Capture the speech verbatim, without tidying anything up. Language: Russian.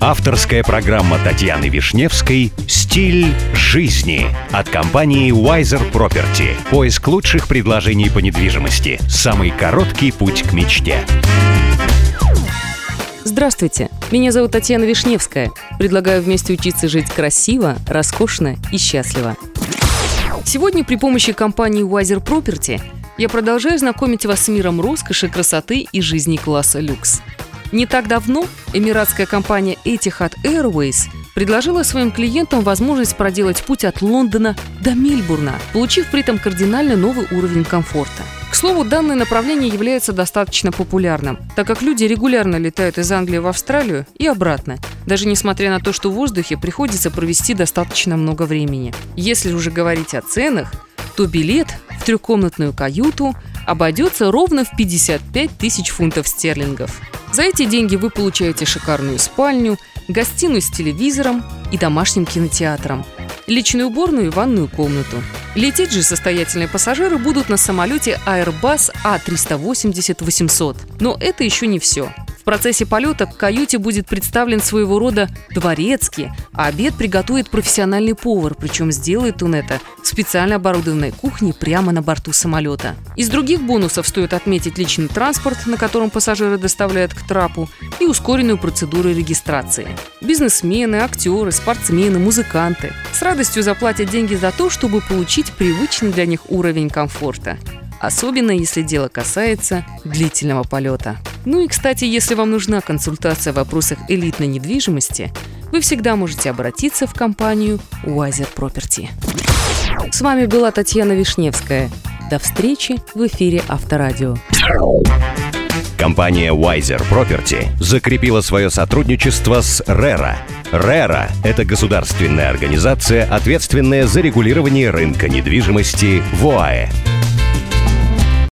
Авторская программа Татьяны Вишневской «Стиль жизни» от компании Wiser Property. Поиск лучших предложений по недвижимости. Самый короткий путь к мечте. Здравствуйте, меня зовут Татьяна Вишневская. Предлагаю вместе учиться жить красиво, роскошно и счастливо. Сегодня при помощи компании Wiser Property я продолжаю знакомить вас с миром роскоши, красоты и жизни класса люкс. Не так давно эмиратская компания Etihad Airways предложила своим клиентам возможность проделать путь от Лондона до Мельбурна, получив при этом кардинально новый уровень комфорта. К слову, данное направление является достаточно популярным, так как люди регулярно летают из Англии в Австралию и обратно, даже несмотря на то, что в воздухе приходится провести достаточно много времени. Если уже говорить о ценах, то билет в трехкомнатную каюту обойдется ровно в пятьдесят пять тысяч фунтов стерлингов. За эти деньги вы получаете шикарную спальню, гостиную с телевизором и домашним кинотеатром, личную уборную и ванную комнату. Лететь же состоятельные пассажиры будут на самолете Airbus А триста восемьдесят восемьсот. Но это еще не все. В процессе полета к каюте будет представлен своего рода дворецкий, а обед приготовит профессиональный повар, причем сделает он это в специально оборудованной кухне прямо на борту самолета. Из других бонусов стоит отметить личный транспорт, на котором пассажиры доставляют к трапу, и ускоренную процедуру регистрации. Бизнесмены, актеры, спортсмены, музыканты с радостью заплатят деньги за то, чтобы получить привычный для них уровень комфорта. Особенно если дело касается длительного полета. Ну и, кстати, если вам нужна консультация в вопросах элитной недвижимости, вы всегда можете обратиться в компанию Wiser Property. С вами была Татьяна Вишневская. До встречи в эфире Авторадио. Компания Wiser Property закрепила свое сотрудничество с рера. рера – это государственная организация, ответственная за регулирование рынка недвижимости в ОАЭ.